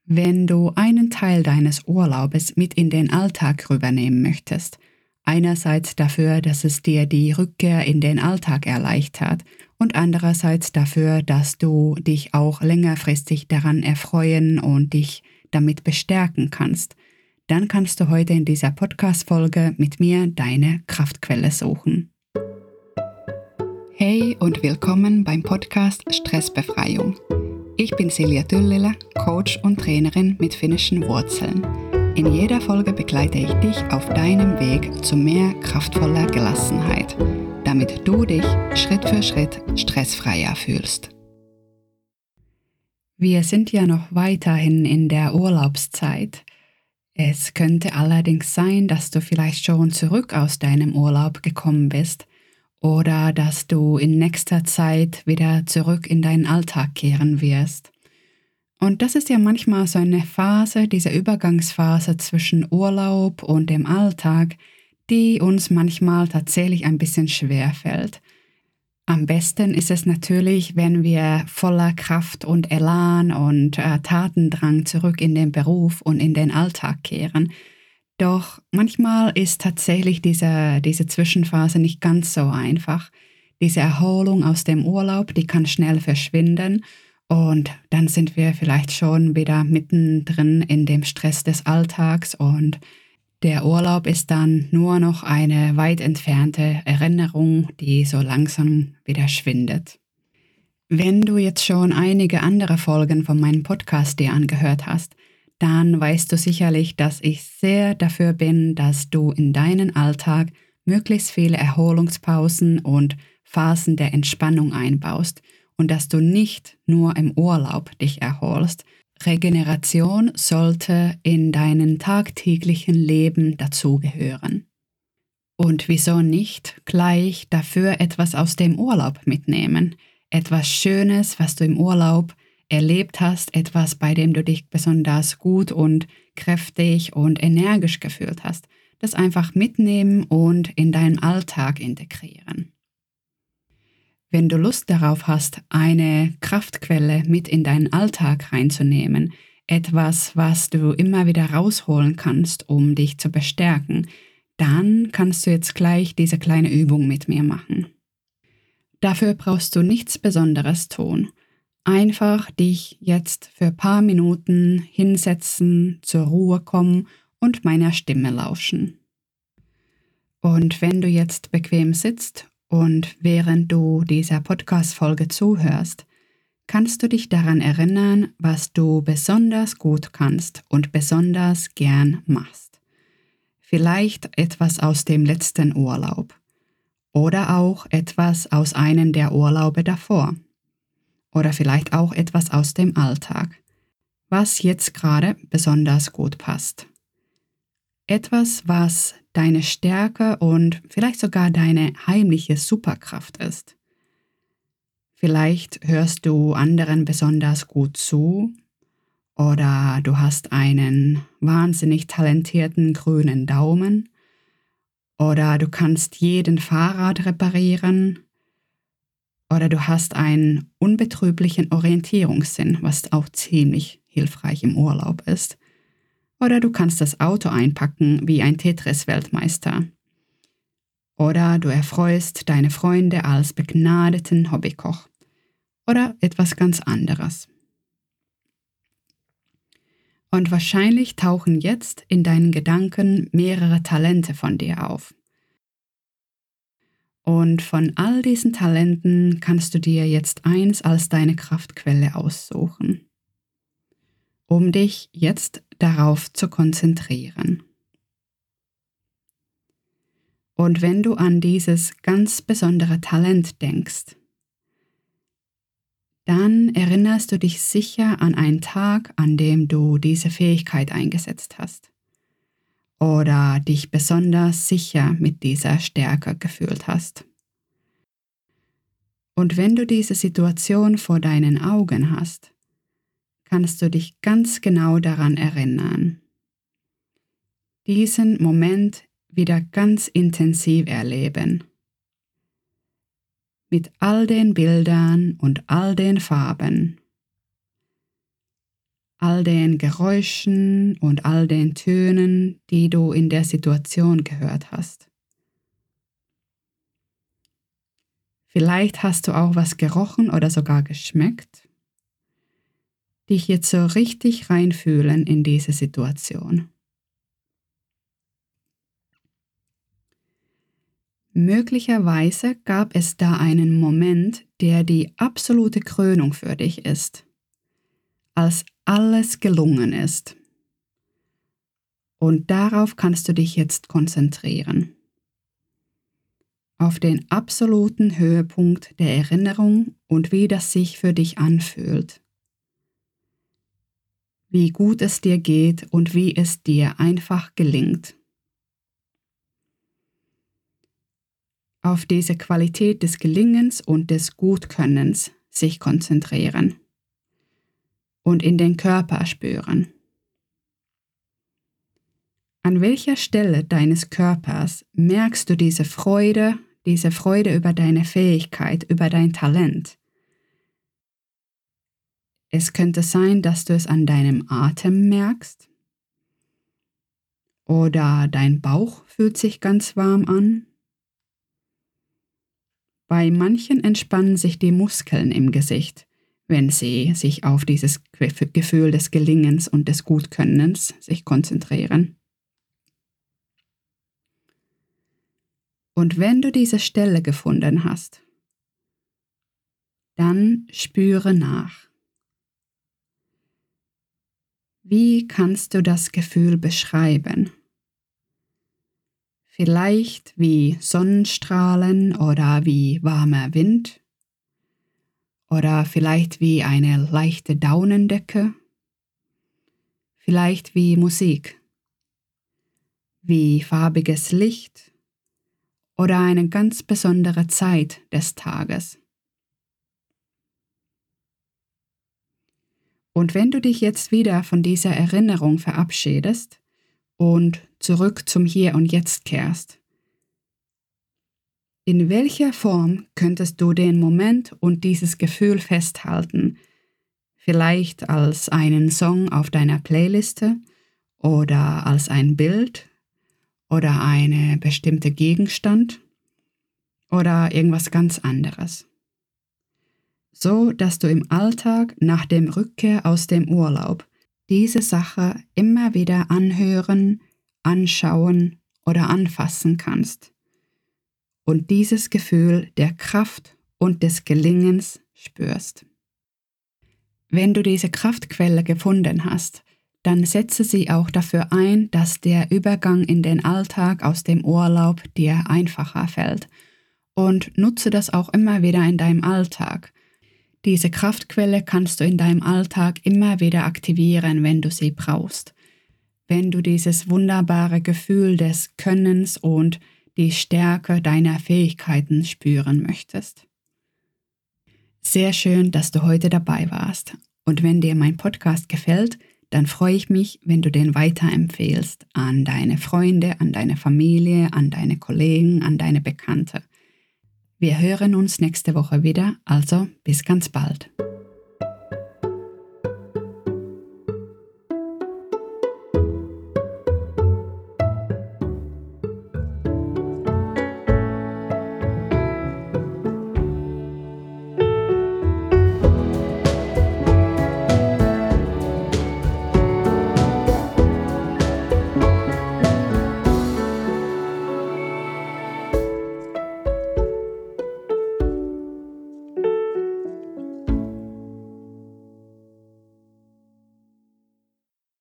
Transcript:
Wenn du einen Teil deines Urlaubes mit in den Alltag rübernehmen möchtest, einerseits dafür, dass es dir die Rückkehr in den Alltag erleichtert und andererseits dafür, dass du dich auch längerfristig daran erfreuen und dich damit bestärken kannst, dann kannst du heute in dieser Podcast-Folge mit mir deine Kraftquelle suchen. Hey und willkommen beim Podcast Stressbefreiung. Ich bin Silja Tyllilä, Coach und Trainerin mit finnischen Wurzeln. In jeder Folge begleite ich dich auf deinem Weg zu mehr kraftvoller Gelassenheit, damit du dich Schritt für Schritt stressfreier fühlst. Wir sind ja noch weiterhin in der Urlaubszeit. Es könnte allerdings sein, dass du vielleicht schon zurück aus deinem Urlaub gekommen bist oder dass du in nächster Zeit wieder zurück in deinen Alltag kehren wirst. Und das ist ja manchmal so eine Phase, diese Übergangsphase zwischen Urlaub und dem Alltag, die uns manchmal tatsächlich ein bisschen schwer fällt. Am besten ist es natürlich, wenn wir voller Kraft und Elan und Tatendrang zurück in den Beruf und in den Alltag kehren. Doch manchmal ist tatsächlich diese Zwischenphase nicht ganz so einfach. Diese Erholung aus dem Urlaub, die kann schnell verschwinden und dann sind wir vielleicht schon wieder mittendrin in dem Stress des Alltags und der Urlaub ist dann nur noch eine weit entfernte Erinnerung, die so langsam wieder schwindet. Wenn du jetzt schon einige andere Folgen von meinem Podcast dir angehört hast, dann weißt du sicherlich, dass ich sehr dafür bin, dass du in deinen Alltag möglichst viele Erholungspausen und Phasen der Entspannung einbaust und dass du nicht nur im Urlaub dich erholst. Regeneration sollte in deinem tagtäglichen Leben dazugehören. Und wieso nicht gleich dafür etwas aus dem Urlaub mitnehmen? Etwas Schönes, was du im Urlaub erlebt hast, etwas, bei dem du dich besonders gut und kräftig und energisch gefühlt hast, das einfach mitnehmen und in deinen Alltag integrieren. Wenn du Lust darauf hast, eine Kraftquelle mit in deinen Alltag reinzunehmen, etwas, was du immer wieder rausholen kannst, um dich zu bestärken, dann kannst du jetzt gleich diese kleine Übung mit mir machen. Dafür brauchst du nichts Besonderes tun. Einfach dich jetzt für ein paar Minuten hinsetzen, zur Ruhe kommen und meiner Stimme lauschen. Und wenn du jetzt bequem sitzt und während du dieser Podcast-Folge zuhörst, kannst du dich daran erinnern, was du besonders gut kannst und besonders gern machst. Vielleicht etwas aus dem letzten Urlaub oder auch etwas aus einem der Urlaube davor. Oder vielleicht auch etwas aus dem Alltag, was jetzt gerade besonders gut passt. Etwas, was deine Stärke und vielleicht sogar deine heimliche Superkraft ist. Vielleicht hörst du anderen besonders gut zu oder du hast einen wahnsinnig talentierten grünen Daumen oder du kannst jeden Fahrrad reparieren. Oder du hast einen unbetrüblichen Orientierungssinn, was auch ziemlich hilfreich im Urlaub ist. Oder du kannst das Auto einpacken wie ein Tetris-Weltmeister. Oder du erfreust deine Freunde als begnadeten Hobbykoch. Oder etwas ganz anderes. Und wahrscheinlich tauchen jetzt in deinen Gedanken mehrere Talente von dir auf. Und von all diesen Talenten kannst du dir jetzt eins als deine Kraftquelle aussuchen, um dich jetzt darauf zu konzentrieren. Und wenn du an dieses ganz besondere Talent denkst, dann erinnerst du dich sicher an einen Tag, an dem du diese Fähigkeit eingesetzt hast oder dich besonders sicher mit dieser Stärke gefühlt hast. Und wenn du diese Situation vor deinen Augen hast, kannst du dich ganz genau daran erinnern. Diesen Moment wieder ganz intensiv erleben. Mit all den Bildern und all den Farben. all den Geräuschen und all den Tönen, die du in der Situation gehört hast. Vielleicht hast du auch was gerochen oder sogar geschmeckt. Dich jetzt so richtig reinfühlen in diese Situation. Möglicherweise gab es da einen Moment, der die absolute Krönung für dich ist, als alles gelungen ist. Und darauf kannst du dich jetzt konzentrieren. Auf den absoluten Höhepunkt der Erinnerung und wie das sich für dich anfühlt. Wie gut es dir geht und wie es dir einfach gelingt. Auf diese Qualität des Gelingens und des Gutkönnens sich konzentrieren und in den Körper spüren. An welcher Stelle deines Körpers merkst du diese Freude über deine Fähigkeit, über dein Talent? Es könnte sein, dass du es an deinem Atem merkst oder dein Bauch fühlt sich ganz warm an. Bei manchen entspannen sich die Muskeln im Gesicht, wenn sie sich auf dieses Gefühl des Gelingens und des Gutkönnens sich konzentrieren. Und wenn du diese Stelle gefunden hast, dann spüre nach. Wie kannst du das Gefühl beschreiben? Vielleicht wie Sonnenstrahlen oder wie warmer Wind oder vielleicht wie eine leichte Daunendecke, vielleicht wie Musik, wie farbiges Licht oder eine ganz besondere Zeit des Tages. Und wenn du dich jetzt wieder von dieser Erinnerung verabschiedest und zurück zum Hier und Jetzt kehrst, in welcher Form könntest du den Moment und dieses Gefühl festhalten? Vielleicht als einen Song auf deiner Playliste oder als ein Bild oder eine bestimmte Gegenstand oder irgendwas ganz anderes. So, dass du im Alltag nach dem Rückkehr aus dem Urlaub diese Sache immer wieder anhören, anschauen oder anfassen kannst und dieses Gefühl der Kraft und des Gelingens spürst. Wenn du diese Kraftquelle gefunden hast, dann setze sie auch dafür ein, dass der Übergang in den Alltag aus dem Urlaub dir einfacher fällt und nutze das auch immer wieder in deinem Alltag. Diese Kraftquelle kannst du in deinem Alltag immer wieder aktivieren, wenn du sie brauchst. Wenn du dieses wunderbare Gefühl des Könnens und die Stärke deiner Fähigkeiten spüren möchtest. Sehr schön, dass du heute dabei warst. Und wenn dir mein Podcast gefällt, dann freue ich mich, wenn du den weiterempfehlst an deine Freunde, an deine Familie, an deine Kollegen, an deine Bekannte. Wir hören uns nächste Woche wieder, also bis ganz bald.